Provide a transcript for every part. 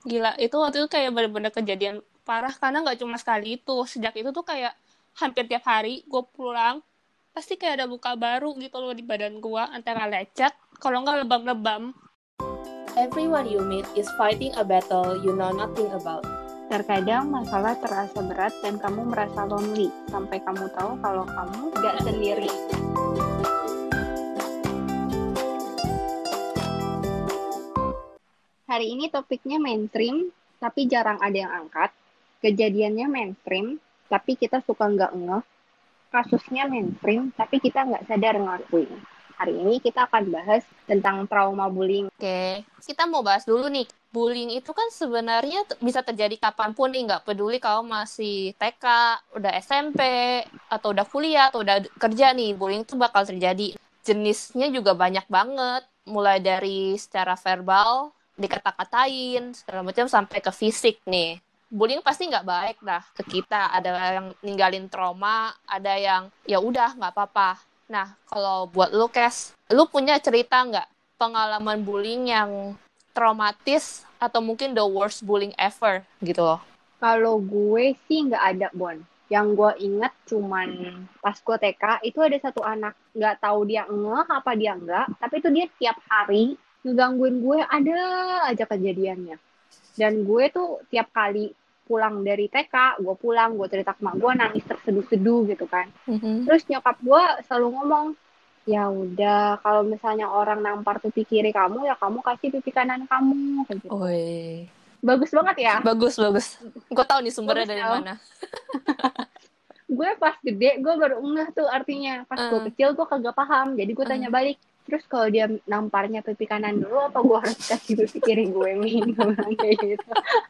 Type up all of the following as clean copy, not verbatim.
Gila, itu waktu itu kayak bener-bener kejadian parah karena nggak cuma sekali itu. Sejak itu tuh kayak hampir tiap hari gue pulang pasti kayak ada luka baru gitu loh di badan gue, antara lecet, kalau nggak lebam-lebam. Everyone you meet is fighting a battle you know nothing about. Terkadang masalah terasa berat dan kamu merasa lonely, sampai kamu tahu kalau kamu gak sendiri. Hari ini topiknya mainstream, tapi jarang ada yang angkat. Kejadiannya mainstream, tapi kita suka nggak ngeh. Kasusnya mainstream, tapi kita nggak sadar ngelakuin. Hari ini kita akan bahas tentang trauma bullying. Oke, kita mau bahas dulu nih. Bullying itu kan sebenarnya bisa terjadi kapanpun nih, nggak peduli kalau masih TK, udah SMP, atau udah kuliah, atau udah kerja nih, bullying itu bakal terjadi. Jenisnya juga banyak banget, mulai dari secara verbal, dikata-katain, segala macam, sampai ke fisik nih. Bullying pasti nggak baik dah ke kita. Ada yang ninggalin trauma, ada yang ya udah nggak apa-apa. Nah, kalau buat lu, Kes, lu punya cerita nggak pengalaman bullying yang traumatis atau mungkin the worst bullying ever gitu loh? Kalau gue sih nggak ada, Bon. Yang gue inget cuman pas gue TK, itu ada satu anak, nggak tahu dia ngeh apa dia enggak, tapi itu dia tiap hari ngegangguin gue, ada aja kejadiannya. Dan gue tuh tiap kali pulang dari TK, gue pulang, gue cerita ke mak gue, nangis terseduh-seduh gitu kan. Terus nyokap gue selalu ngomong, ya udah kalau misalnya orang nampar pipi kiri kamu, ya kamu kasih pipi kanan kamu, kayak gitu. Woi, Bagus banget ya. bagus. Gue tahu nih sumbernya Bagus dari tau. mana. Gue pas gede, gue baru ngeh tuh artinya. Pas gue kecil, gue kagak paham. Jadi gue tanya balik, terus kalau dia namparnya pipi kanan dulu, apa gue harus kasih pipi kiri gue, Min? Gue bilang kayak gitu.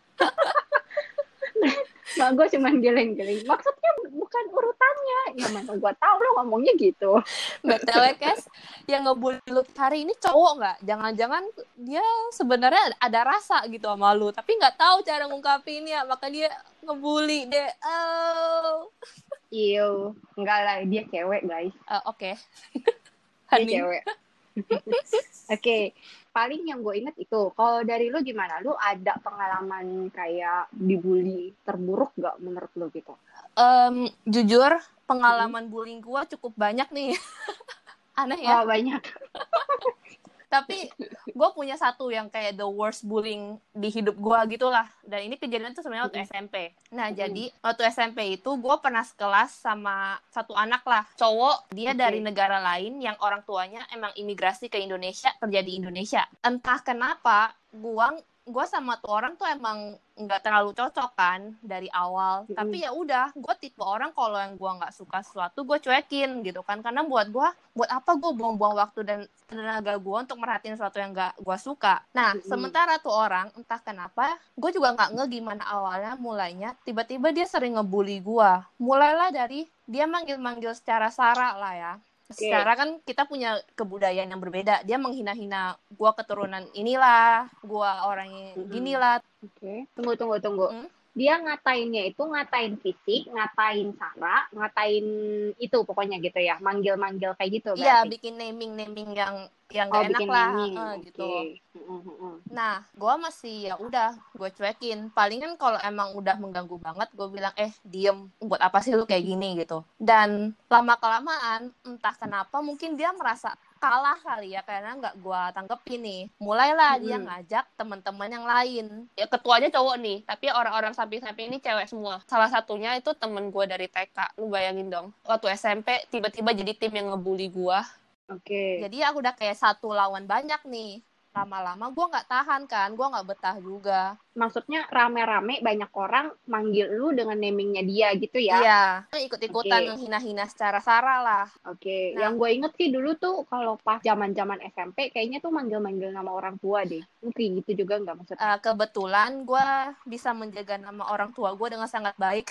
Mak gue cuman geleng-geleng. Maksudnya bukan urutannya. Ya mana gue tahu lo ngomongnya gitu. BTW, Kes, yang ngebully lu hari ini cowok nggak? Jangan-jangan dia sebenarnya ada rasa gitu sama lu, tapi nggak tahu cara ngungkapinnya, maka dia ngebully deh. Oh. Iyo, enggak lah, dia cewek guys. Oke. Dia cewek. Oke, paling yang gue inget itu. Kalau dari lu gimana? Lu ada pengalaman kayak dibully terburuk gak menurut lu gitu? Jujur, pengalaman bullying gue cukup banyak nih. Aneh ya? Oh, banyak. Tapi gue punya satu yang kayak the worst bullying di hidup gue gitulah. Dan ini kejadian tuh sebenarnya waktu SMP. Nah, jadi waktu SMP itu gue pernah sekelas sama satu anak lah, cowok. Dia dari negara lain yang orang tuanya emang imigrasi ke Indonesia, kerja di Indonesia. Entah kenapa gue sama tuh orang tuh emang nggak terlalu cocok kan dari awal. Tapi ya udah, gue tipe orang kalau yang gue nggak suka sesuatu gue cuekin gitu kan. Karena buat apa gue buang-buang waktu dan tenaga gue untuk merhatiin sesuatu yang nggak gue suka. Nah, sementara tuh orang entah kenapa gue juga nggak nge gimana awalnya mulainya tiba-tiba dia sering ngebully gue. Mulailah dari dia manggil-manggil secara sara lah ya. Secara kan kita punya kebudayaan yang berbeda. Dia menghina-hina gue keturunan inilah, gue orangnya ginilah. Tunggu. Dia ngatainnya itu ngatain fisik, ngatain sara, ngatain itu pokoknya gitu ya. Manggil-manggil kayak gitu berarti. Iya, bikin naming yang gak enak lah gitu. Nah, gue masih ya udah gue cuekin. Palingan kalau emang udah mengganggu banget, gue bilang diem. Buat apa sih lu kayak gini gitu. Dan lama kelamaan entah kenapa mungkin dia merasa kalah kali ya karena nggak gue tanggepin nih. Mulailah dia ngajak teman-teman yang lain. Ya ketuanya cowok nih, tapi orang-orang samping-samping ini cewek semua. Salah satunya itu temen gue dari TK. Lu bayangin dong. Waktu SMP tiba-tiba jadi tim yang ngebully gue. Jadi aku udah kayak satu lawan banyak nih. Lama-lama gue nggak tahan kan, gue nggak betah juga. Maksudnya rame-rame banyak orang manggil lu dengan namingnya dia gitu ya? Iya, ikut-ikutan menghina-hina secara sara lah. Nah, yang gue inget sih dulu tuh kalau pas zaman-zaman SMP kayaknya tuh manggil-manggil nama orang tua deh. Lu kayak gitu juga nggak maksudnya? Kebetulan gue bisa menjaga nama orang tua gue dengan sangat baik.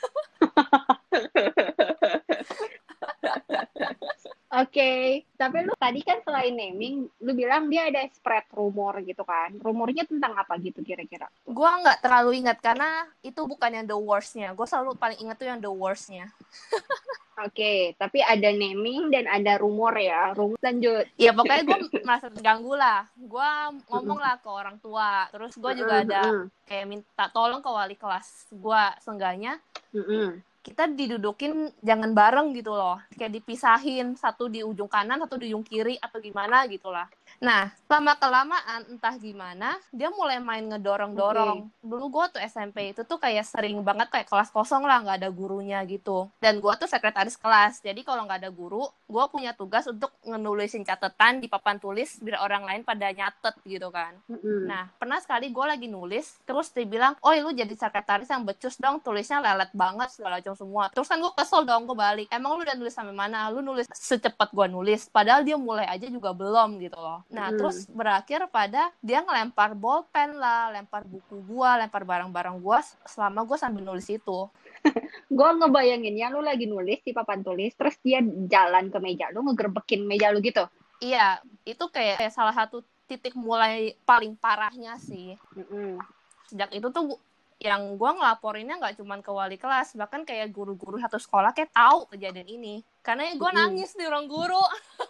Tapi lu tadi kan selain naming, lu bilang dia ada spread rumor gitu kan. Rumornya tentang apa gitu kira-kira? Gue nggak terlalu ingat karena itu bukan yang the worst-nya. Gue selalu paling ingat tuh yang the worst-nya. Oke, tapi ada naming dan ada rumor ya. Rumor lanjut. Ya pokoknya gue merasa terganggu lah. Gue ngomong lah ke orang tua. Terus gue juga ada kayak minta tolong ke wali kelas gue. Seenggaknya kita didudukin jangan bareng gitu loh. Kayak dipisahin, satu di ujung kanan, satu di ujung kiri, atau gimana gitu lah. Nah, lama-kelamaan entah gimana, dia mulai main ngedorong-dorong. Dulu gue tuh SMP itu tuh kayak sering banget kayak kelas kosong lah, nggak ada gurunya gitu. Dan gue tuh sekretaris kelas, jadi kalau nggak ada guru, gue punya tugas untuk ngenulisin catatan di papan tulis biar orang lain pada nyatet gitu kan. Nah, pernah sekali gue lagi nulis, terus dia bilang, oh lu jadi sekretaris yang becus dong, tulisnya lelet banget segala macam semua. Terus kan gue kesel dong, gue balik, emang lu udah nulis sampai mana? Lu nulis secepat gue nulis, padahal dia mulai aja juga belum gitu loh. Nah, terus berakhir pada dia ngelempar bolpen lah, lempar buku gua, lempar barang-barang gua selama gua sambil nulis itu. Gue ngebayanginnya lu lagi nulis di papan tulis, terus dia jalan ke meja lu, ngegerbekin meja lu gitu. Iya, itu kayak salah satu titik mulai paling parahnya sih. Sejak itu tuh yang gue ngelaporinnya nggak cuma ke wali kelas, bahkan kayak guru-guru satu sekolah kayak tahu kejadian ini. Karena gue nangis di ruang guru.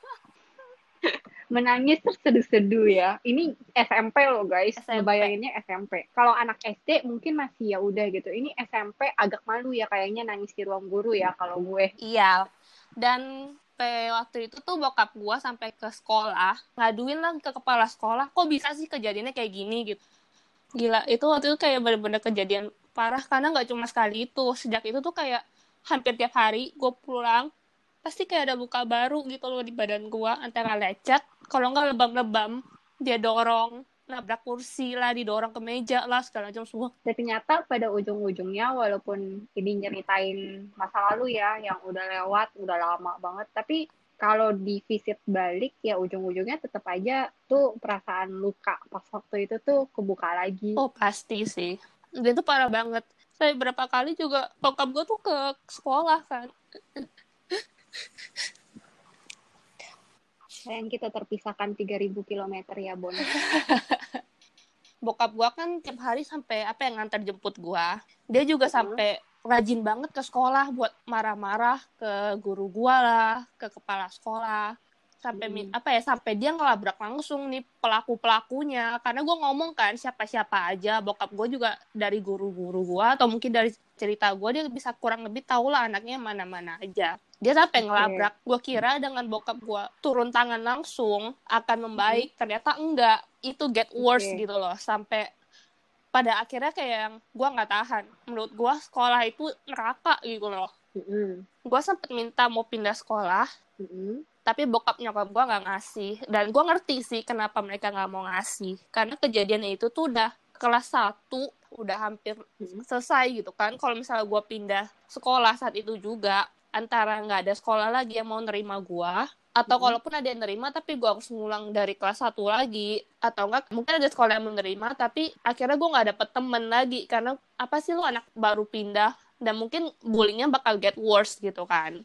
Menangis terseduh-seduh ya. Ini SMP loh guys. Bayanginnya SMP. Kalau anak SD mungkin masih ya udah gitu. Ini SMP agak malu ya kayaknya nangis di ruang guru ya kalau gue. Iya. Dan waktu itu tuh bokap gue sampai ke sekolah ngaduin lah ke kepala sekolah, kok bisa sih kejadiannya kayak gini gitu. Gila, itu waktu itu kayak bener-bener kejadian parah karena nggak cuma sekali itu. Sejak itu tuh kayak hampir tiap hari gue pulang pasti kayak ada luka baru gitu loh di badan gue, antara lecet, kalau nggak lebam-lebam, dia dorong, nabrak kursi lah, didorong ke meja lah, segala macam semua. Dan ternyata pada ujung-ujungnya, walaupun ini nyeritain masa lalu ya, yang udah lewat, udah lama banget, tapi kalau di visit balik, ya ujung-ujungnya tetap aja tuh perasaan luka pas waktu itu tuh kebuka lagi. Oh, pasti sih. Dan itu parah banget. Saya berapa kali juga, bokap gue tuh ke sekolah kan. Sayang kita terpisahkan 3.000 km ya, Bon. Bokap gue kan tiap hari sampai ngantar jemput gue. Dia juga sampai rajin banget ke sekolah buat marah-marah ke guru gue lah, ke kepala sekolah. Sampai sampai dia ngelabrak langsung nih pelakunya. Karena gue ngomong kan siapa-siapa aja. Bokap gue juga dari guru-guru gue, atau mungkin dari cerita gue, dia bisa kurang lebih tahu lah anaknya mana-mana aja. Dia sampai ngelabrak. Gue kira dengan bokap gue turun tangan langsung akan membaik. Ternyata enggak. Itu get worse gitu loh. Sampai pada akhirnya kayak yang gue nggak tahan. Menurut gue sekolah itu neraka gitu loh. Gue sempet minta mau pindah sekolah. Tapi bokap nyokap gue nggak ngasih. Dan gue ngerti sih kenapa mereka nggak mau ngasih. Karena kejadiannya itu tuh udah kelas 1, udah hampir selesai gitu kan. Kalau misalnya gue pindah sekolah saat itu juga, antara nggak ada sekolah lagi yang mau nerima gue, atau kalaupun ada yang nerima tapi gue harus ngulang dari kelas 1 lagi, atau enggak mungkin ada sekolah yang menerima tapi akhirnya gue nggak dapet temen lagi karena apa sih, lu anak baru pindah, dan mungkin bullyingnya bakal get worse gitu kan.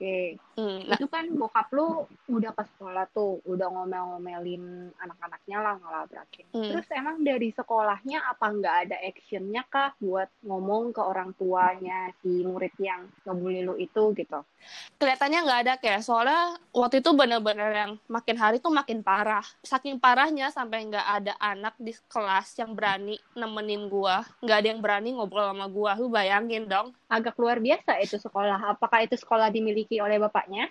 Itu kan bokap lu udah ke sekolah tuh, udah ngomel-ngomelin anak-anaknya lah, ngelabrakin. Terus emang dari sekolahnya apa nggak ada actionnya kah buat ngomong ke orang tuanya si murid yang ngebully lu itu gitu? Kelihatannya nggak ada kayak, soalnya waktu itu bener-bener yang makin hari tuh makin parah. Saking parahnya sampai nggak ada anak di kelas yang berani nemenin gua, nggak ada yang berani ngobrol sama gua. Lu bayangin dong. Agak luar biasa itu sekolah. Apakah itu sekolah dimiliki oleh bapaknya?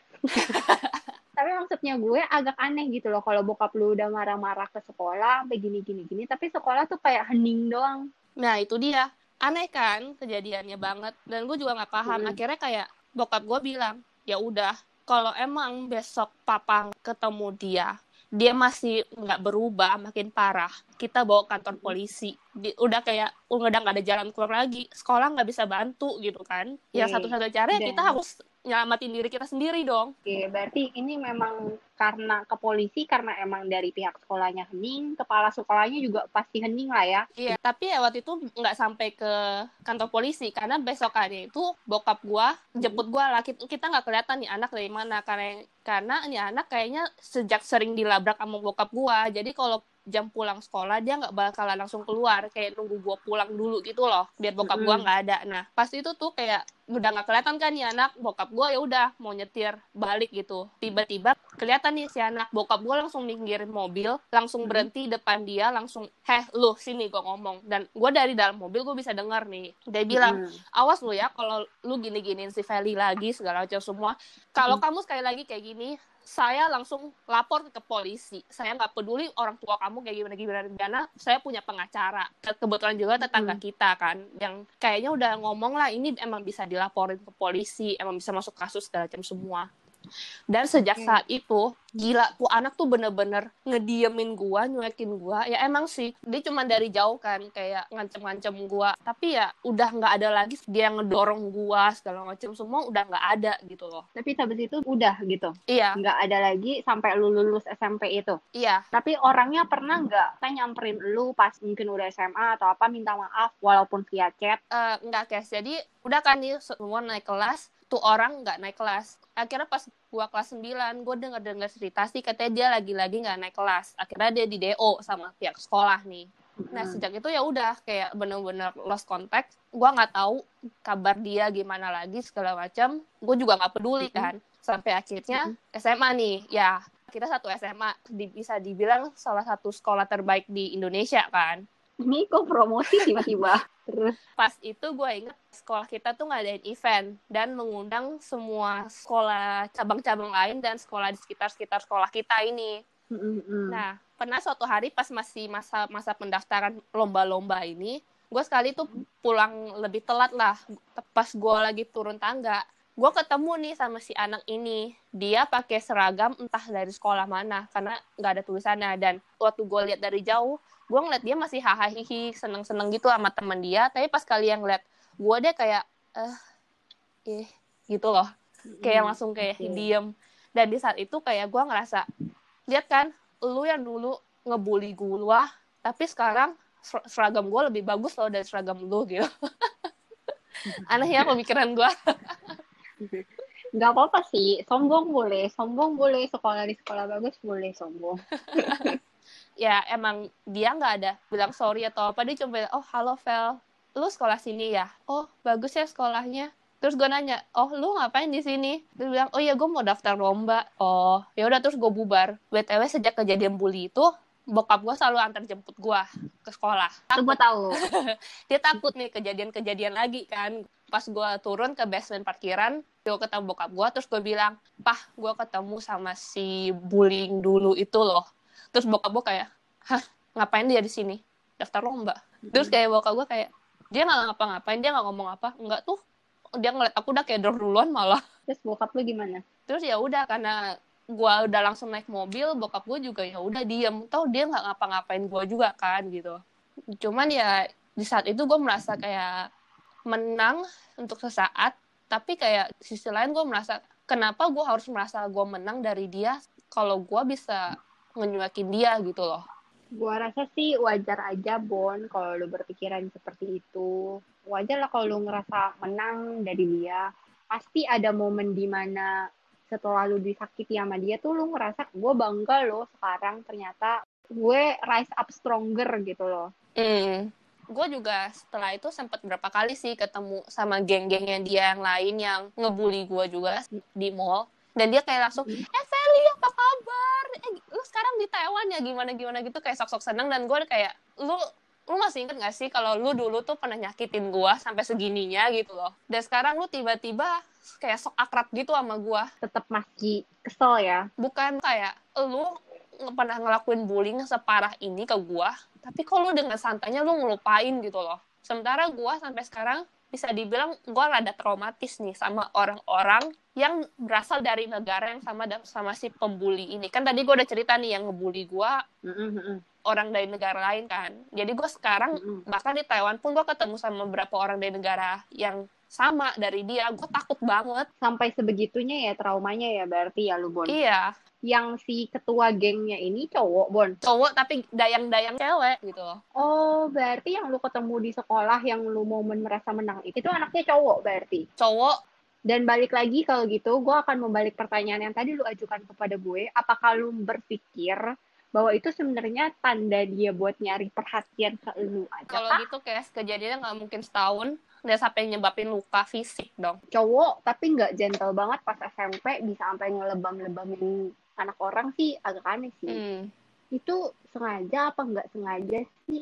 Tapi maksudnya gue agak aneh gitu loh kalau bokap lu udah marah-marah ke sekolah sampai gini-gini, tapi sekolah tuh kayak hening doang. Nah itu dia, aneh kan kejadiannya banget. Dan gue juga nggak paham. Akhirnya kayak bokap gue bilang, ya udah, kalau emang besok papa ketemu dia masih nggak berubah, makin parah, kita bawa kantor polisi. Udah kayak udah nggak ada jalan keluar lagi, sekolah nggak bisa bantu gitu kan. Ya satu-satunya cara kita harus nyelamatin diri kita sendiri dong. Berarti ini memang karena ke polisi, karena emang dari pihak sekolahnya hening, kepala sekolahnya juga pasti hening lah ya. Iya, tapi ya waktu itu nggak sampai ke kantor polisi, karena besokannya itu bokap gua jemput gua lah. Kita nggak kelihatan nih anak dari mana, karena nih anak kayaknya sejak sering dilabrak sama bokap gua. Jadi kalau jam pulang sekolah dia nggak bakalan langsung keluar, kayak nunggu gue pulang dulu gitu loh, biar bokap gue nggak ada. Nah pas itu tuh kayak udah nggak kelihatan kan nih anak, bokap gue ya udah mau nyetir balik gitu, tiba-tiba kelihatan nih si anak, bokap gue langsung minggirin mobil, langsung berhenti depan dia, langsung lu sini gue ngomong. Dan gue dari dalam mobil gue bisa dengar nih dia bilang, awas lu ya kalau lu gini-giniin si Feli lagi segala macam semua, kalau kamu sekali lagi kayak gini saya langsung lapor ke polisi. Saya nggak peduli orang tua kamu kayak gimana. Saya punya pengacara. Kebetulan juga tetangga kita kan, yang kayaknya udah ngomong lah, ini emang bisa dilaporin ke polisi, emang bisa masuk kasus segala macam semua. Dan sejak saat itu, gila, tuh anak tuh bener-bener ngediemin gua, nyuekin gua. Ya emang sih, dia cuma dari jauh kan, kayak ngancem-ngancem gua. Tapi ya udah nggak ada lagi dia ngedorong gua, segala macam semua udah nggak ada gitu loh. Tapi habis itu udah gitu? Iya. Nggak ada lagi sampai lu lulus SMP itu? Iya. Tapi orangnya pernah nggak nyamperin lu pas mungkin udah SMA atau apa, minta maaf walaupun via chat? Nggak, guys. Jadi udah kan nih semua naik kelas, tuh orang nggak naik kelas. Akhirnya pas gua kelas 9, gua denger cerita sih katanya dia lagi-lagi nggak naik kelas. Akhirnya dia di DO sama pihak sekolah nih. Nah sejak itu ya udah kayak bener-bener lost contact. Gua nggak tahu kabar dia gimana lagi segala macam. Gua juga nggak peduli kan. Sampai akhirnya SMA nih, ya kita satu SMA, bisa dibilang salah satu sekolah terbaik di Indonesia kan. Ini kok promosi tiba-tiba? Terus pas itu gue inget sekolah kita tuh ngadain event dan mengundang semua sekolah cabang-cabang lain dan sekolah di sekitar sekolah kita ini. Nah, pernah suatu hari pas masih masa pendaftaran lomba-lomba ini, gue sekali tuh pulang lebih telat lah. Pas gue lagi turun tangga, gue ketemu nih sama si anak ini. Dia pakai seragam entah dari sekolah mana, karena nggak ada tulisannya. Dan waktu gue lihat dari jauh, gue ngeliat dia masih hahaha, seneng-seneng gitu sama teman dia. Tapi pas kalian ngeliat gue, dia kayak gitu loh, kayak langsung kayak diem. Dan di saat itu kayak gue ngerasa, lihat kan, lu yang dulu ngebully gue, tapi sekarang seragam gue lebih bagus loh dari seragam lu gitu. Anehnya pemikiran gue. nggak apa-apa sih, sombong boleh, sekolah di sekolah bagus boleh sombong. Ya emang dia nggak ada bilang sorry atau apa, dia cuma bilang, oh halo Vel, lu sekolah sini ya? Oh bagus ya sekolahnya. Terus gue nanya, oh lu ngapain di sini? Terus bilang, oh ya gue mau daftar lomba. Oh ya udah, terus gue bubar. BTW sejak kejadian bully itu, bokap gue selalu antar jemput gue ke sekolah. Itu gue tahu. Dia takut nih kejadian lagi kan. Pas gue turun ke basement parkiran, gue ketemu bokap gue, terus gue bilang, Pah, gue ketemu sama si bullying dulu itu loh. Terus bokap gue kayak, hah, ngapain dia di sini? Daftar lomba. Terus kayak bokap gue kayak, dia nggak ngapa-ngapain, dia nggak ngomong apa, enggak tuh, dia ngeliat aku udah kayak duluan malah. Terus bokap lu gimana? Terus ya udah, karena gue udah langsung naik mobil, bokap gue juga ya udah diem. Tahu dia nggak ngapa-ngapain gue juga kan gitu. Cuman ya di saat itu gue merasa kayak menang untuk sesaat, tapi kayak sisi lain gue merasa, kenapa gue harus merasa gue menang dari dia kalau gue bisa ngenyuakin dia gitu loh. Gua rasa sih wajar aja, Bon, kalau lu berpikiran seperti itu. Wajar lah kalau lu ngerasa menang dari dia. Pasti ada momen dimana setelah lu disakiti sama dia tuh lu ngerasa, gue bangga loh sekarang ternyata gue rise up stronger gitu loh. Gue juga setelah itu sempat berapa kali sih ketemu sama geng-gengnya dia yang lain yang ngebully gue juga di mall. Dan dia kayak langsung, Feli apa kabar? Lu sekarang di Taiwan ya, gimana gitu, kayak sok-sok seneng. Dan gue kayak, lu masih inget gak sih kalau lu dulu tuh pernah nyakitin gue sampai segininya gitu loh. Dan sekarang lu tiba-tiba kayak sok akrab gitu sama gue. Tetap masih kesel ya? Bukan kayak, lu pernah ngelakuin bullying separah ini ke gue, tapi kok lu dengan santainya lu ngelupain gitu loh. Sementara gue sampai sekarang bisa dibilang gue rada traumatis nih sama orang-orang yang berasal dari negara yang sama si pembuli ini. Kan tadi gue udah cerita nih yang ngebully gue orang dari negara lain kan. Jadi gue sekarang bahkan di Taiwan pun gue ketemu sama beberapa orang dari negara yang sama dari dia. Gue takut banget. Sampai sebegitunya ya traumanya ya berarti ya lu, Bon? Iya. Yang si ketua gengnya ini cowok, Bon? Cowok tapi dayang-dayang cewek gitu loh. Oh, berarti yang lu ketemu di sekolah yang lu momen merasa menang itu anaknya cowok berarti? Cowok. Dan balik lagi kalau gitu, gue akan membalik pertanyaan yang tadi lu ajukan kepada gue. Apakah lu berpikir bahwa itu sebenarnya tanda dia buat nyari perhatian ke lu aja Kalau kah? gitu kayak kejadiannya nggak mungkin setahun, udah sampai nyebabin luka fisik dong. Cowok tapi nggak gentle banget pas SMP bisa sampai ngelebam-lebamin anak orang sih agak aneh sih. Itu sengaja apa nggak sengaja sih?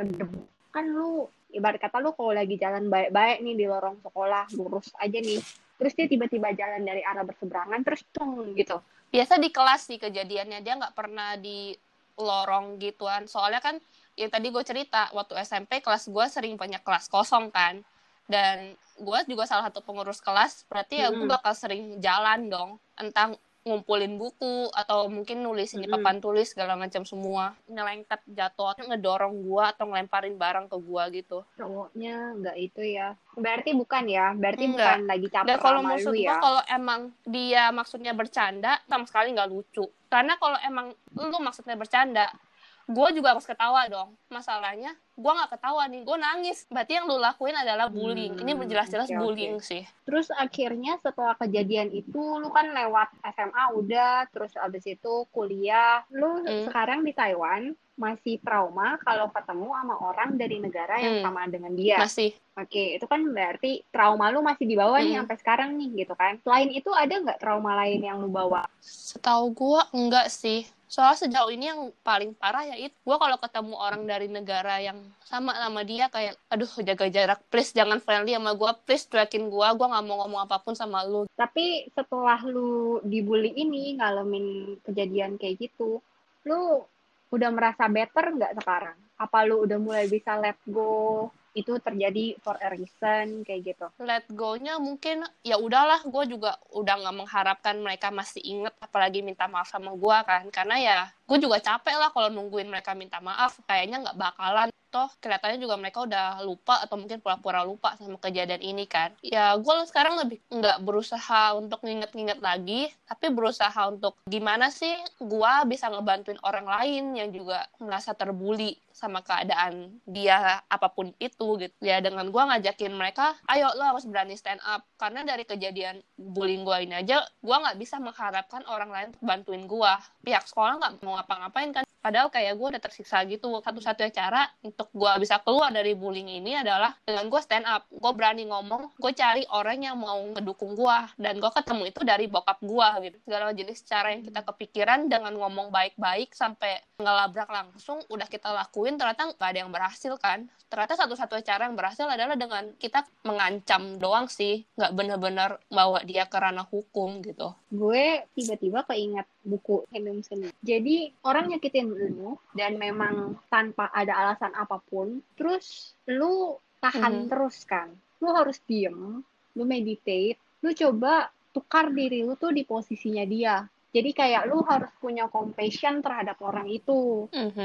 Kan lu ibarat kata lu kalau lagi jalan baik-baik nih di lorong sekolah lurus aja nih, terus dia tiba-tiba jalan dari arah berseberangan terus tung gitu. Biasa di kelas sih kejadiannya, dia nggak pernah di lorong gituan. Soalnya kan yang tadi gue cerita, waktu SMP kelas gue sering banyak kelas kosong kan. Dan gue juga salah satu pengurus kelas, berarti ya gue bakal sering jalan dong. Entah ngumpulin buku atau mungkin nulisin di papan tulis segala macam semua, nyelengkat jatuh atau ngedorong gua atau ngelemparin barang ke gua gitu. Cowoknya nggak itu ya, berarti bukan ya, berarti Enggak. bukan lagi Dan caper kalau sama lu maksud gua ya. kalau emang dia maksudnya bercanda sama sekali nggak lucu, karena kalau emang lu maksudnya bercanda gue juga harus ketawa dong. Masalahnya gue nggak ketawa nih, gue nangis. Berarti yang lu lakuin adalah bullying. Ini jelas-jelas bullying sih. Terus akhirnya setelah kejadian itu lu kan lewat SMA udah, terus abis itu kuliah. Lu sekarang di Taiwan masih trauma kalau ketemu sama orang dari negara yang sama dengan dia. Masih. Oke, itu kan berarti trauma lu masih di bawah nih sampai sekarang nih gitu kan. Selain itu ada nggak trauma lain yang lu bawa? Setahu gue enggak sih. Soalnya sejauh ini yang paling parah ya itu gue kalau ketemu orang dari negara yang sama dia kayak aduh jaga jarak, please jangan friendly sama gue, please cuekin gue nggak mau ngomong apapun sama lu. Tapi setelah lu dibully ini ngalamin kejadian kayak gitu, lu udah merasa better nggak sekarang? Apa lu udah mulai bisa let go? Itu terjadi for a reason kayak gitu. Let go-nya mungkin ya udahlah, gue juga udah nggak mengharapkan mereka masih inget apalagi minta maaf sama gue kan, karena ya gue juga capek lah kalau nungguin mereka minta maaf, kayaknya nggak bakalan, toh kelihatannya juga mereka udah lupa atau mungkin pura-pura lupa sama kejadian ini kan. Ya gue sekarang lebih nggak berusaha untuk nginget-nginget lagi, tapi berusaha untuk gimana sih gue bisa ngebantuin orang lain yang juga merasa terbuli sama keadaan dia apapun itu gitu ya, dengan gue ngajakin mereka ayo lo harus berani stand up, karena dari kejadian bullying gue ini aja gue nggak bisa mengharapkan orang lain untuk bantuin gue, pihak sekolah nggak mau ngapa-ngapain kan, padahal kayak gue udah tersiksa gitu. Satu-satunya cara untuk gue bisa keluar dari bullying ini adalah dengan gue stand up, gue berani ngomong, gue cari orang yang mau ngedukung gue, dan gue ketemu itu dari bokap gue gitu. Segala jenis cara yang kita kepikiran dengan ngomong baik-baik sampai ngelabrak langsung udah kita lakuin, ternyata nggak ada yang berhasil kan. Ternyata satu-satunya cara yang berhasil adalah dengan kita mengancam doang sih, nggak benar-benar bawa dia ke ranah hukum gitu. Gue tiba-tiba keinget buku Heung Seni. Jadi orang nyakitin lu dan memang tanpa ada alasan apapun, terus lu tahan terus kan. Lu harus diem, lu meditate, lu coba tukar diri lu tuh di posisinya dia. Jadi kayak lu harus punya compassion terhadap orang itu.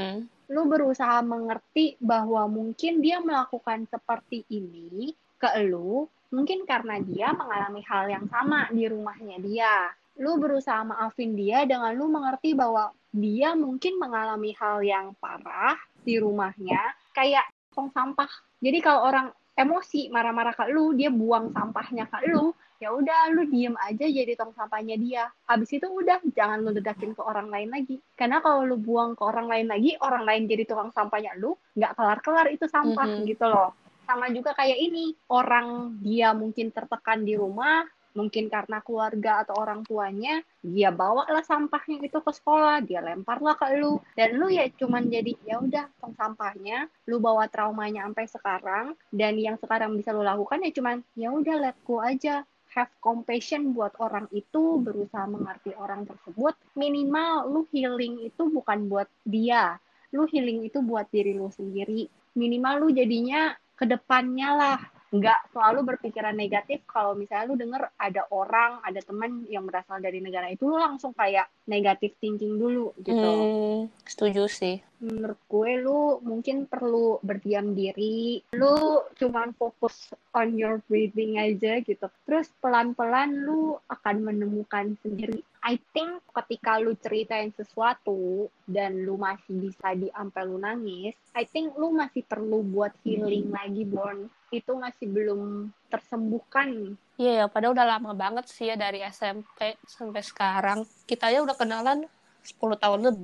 Lu berusaha mengerti bahwa mungkin dia melakukan seperti ini ke lu, mungkin karena dia mengalami hal yang sama di rumahnya dia. Lu berusaha maafin dia dengan lu mengerti bahwa dia mungkin mengalami hal yang parah di rumahnya, kayak tong sampah. Jadi kalau orang emosi marah-marah ke lu, dia buang sampahnya ke lu, ya udah lu diem aja jadi tong sampahnya dia. Habis itu udah jangan lu ledakin ke orang lain lagi. Karena kalau lu buang ke orang lain lagi, orang lain jadi tukang sampahnya lu, nggak kelar-kelar itu sampah gitu loh. Sama juga kayak ini, orang dia mungkin tertekan di rumah, mungkin karena keluarga atau orang tuanya, dia bawa lah sampahnya itu ke sekolah, dia lempar lah ke lu, dan lu ya cuman jadi ya udah tong sampahnya, lu bawa traumanya sampai sekarang, dan yang sekarang bisa lu lakukan ya cuman ya udah let go aja, have compassion buat orang itu, berusaha mengerti orang tersebut, minimal lu healing itu bukan buat dia, lu healing itu buat diri lu sendiri, minimal lu jadinya kedepannya lah nggak selalu berpikiran negatif. Kalau misalnya lu denger ada orang, ada teman yang berasal dari negara itu, lu langsung kayak negatif thinking dulu gitu. Setuju sih. Menurut gue lu mungkin perlu berdiam diri, lu cuman fokus on your breathing aja gitu, terus pelan-pelan lu akan menemukan sendiri. I think ketika lu ceritain sesuatu dan lu masih bisa sampai lu nangis, I think lu masih perlu buat healing lagi, Bon. Itu masih belum tersembuhkan. Iya ya, padahal udah lama banget sih ya, dari SMP sampai sekarang. Kita aja udah kenalan 10 tahun lebih.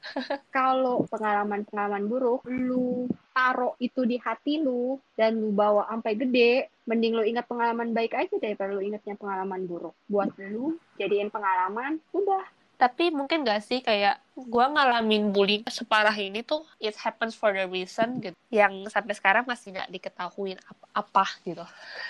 Kalau pengalaman-pengalaman buruk, lu taruh itu di hati lu, dan lu bawa sampai gede, mending lu ingat pengalaman baik aja daripada lu ingatnya pengalaman buruk. Buat lu, jadiin pengalaman, udah. Tapi mungkin gak sih kayak gue ngalamin bullying separah ini tuh it happens for a reason gitu. Yang sampai sekarang masih gak diketahuin apa gitu.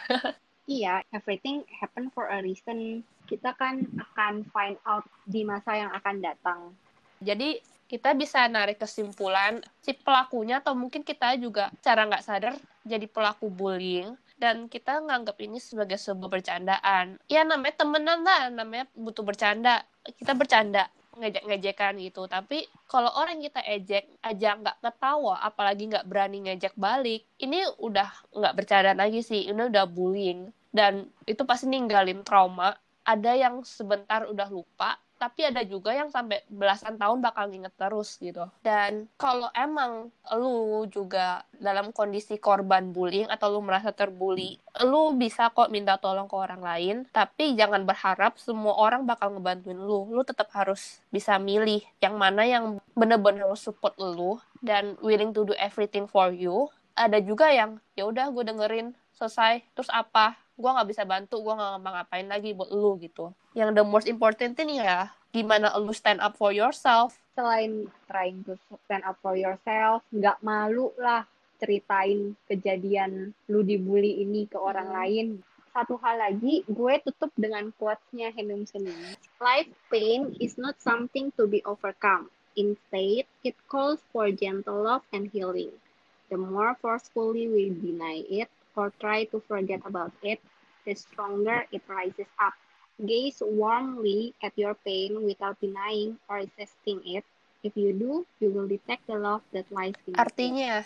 Iya, everything happen for a reason. Kita kan akan find out di masa yang akan datang. Jadi kita bisa narik kesimpulan si pelakunya atau mungkin kita juga cara nggak sadar jadi pelaku bullying dan kita nganggap ini sebagai sebuah bercandaan. Ya namanya temenan lah, namanya butuh bercanda. Kita bercanda, ngejek-ngejekan gitu. Tapi kalau orang kita ejek aja nggak ketawa, apalagi nggak berani ngejek balik, ini udah nggak bercanda lagi sih, ini udah bullying. Dan itu pasti ninggalin trauma. Ada yang sebentar udah lupa, tapi ada juga yang sampai belasan tahun bakal nginget terus gitu. Dan kalau emang lu juga dalam kondisi korban bullying atau lu merasa terbully, lu bisa kok minta tolong ke orang lain, tapi jangan berharap semua orang bakal ngebantuin lu. Lu tetap harus bisa milih yang mana yang bener-bener support lu dan willing to do everything for you. Ada juga yang ya udah gue dengerin selesai terus apa, gue nggak bisa bantu, gue nggak ngapa-ngapain lagi buat lu gitu. Yang the most important ini ya gimana lu stand up for yourself. Selain trying to stand up for yourself, nggak malu lah ceritain kejadian lu dibully ini ke orang lain. Satu hal lagi, gue tutup dengan quotes-nya Henung Senin. Life pain is not something to be overcome. Instead, it calls for gentle love and healing. The more forcefully we deny it or try to forget about it, the stronger it rises up. Gaze warmly at your pain without denying or resisting it. If you do, you will detect the love that lies in it. Artinya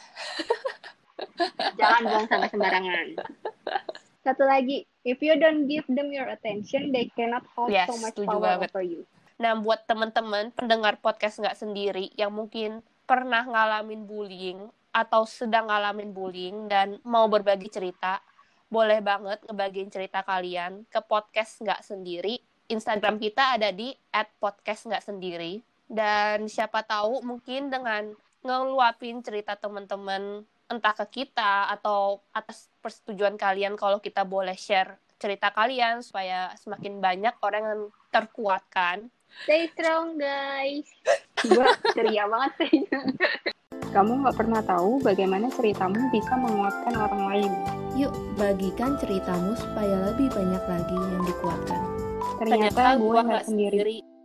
Jangan buang sampai sembarangan. Satu lagi, if you don't give them your attention, they cannot hold so much power over you. Nah, buat teman-teman pendengar podcast nggak sendiri yang mungkin pernah ngalamin bullying atau sedang ngalamin bullying dan mau berbagi cerita, boleh banget ngebagiin cerita kalian ke podcast nggak sendiri. Instagram kita ada di @podcast-nggak-sendiri. Dan siapa tahu mungkin dengan ngeluapin cerita teman-teman entah ke kita atau atas persetujuan kalian kalau kita boleh share cerita kalian supaya semakin banyak orang yang terkuatkan. Stay strong guys. Gue ceria banget sih. Kamu nggak pernah tahu bagaimana ceritamu bisa menguatkan orang lain. Yuk, bagikan ceritamu supaya lebih banyak lagi yang dikuatkan. Ternyata gue nggak sendiri.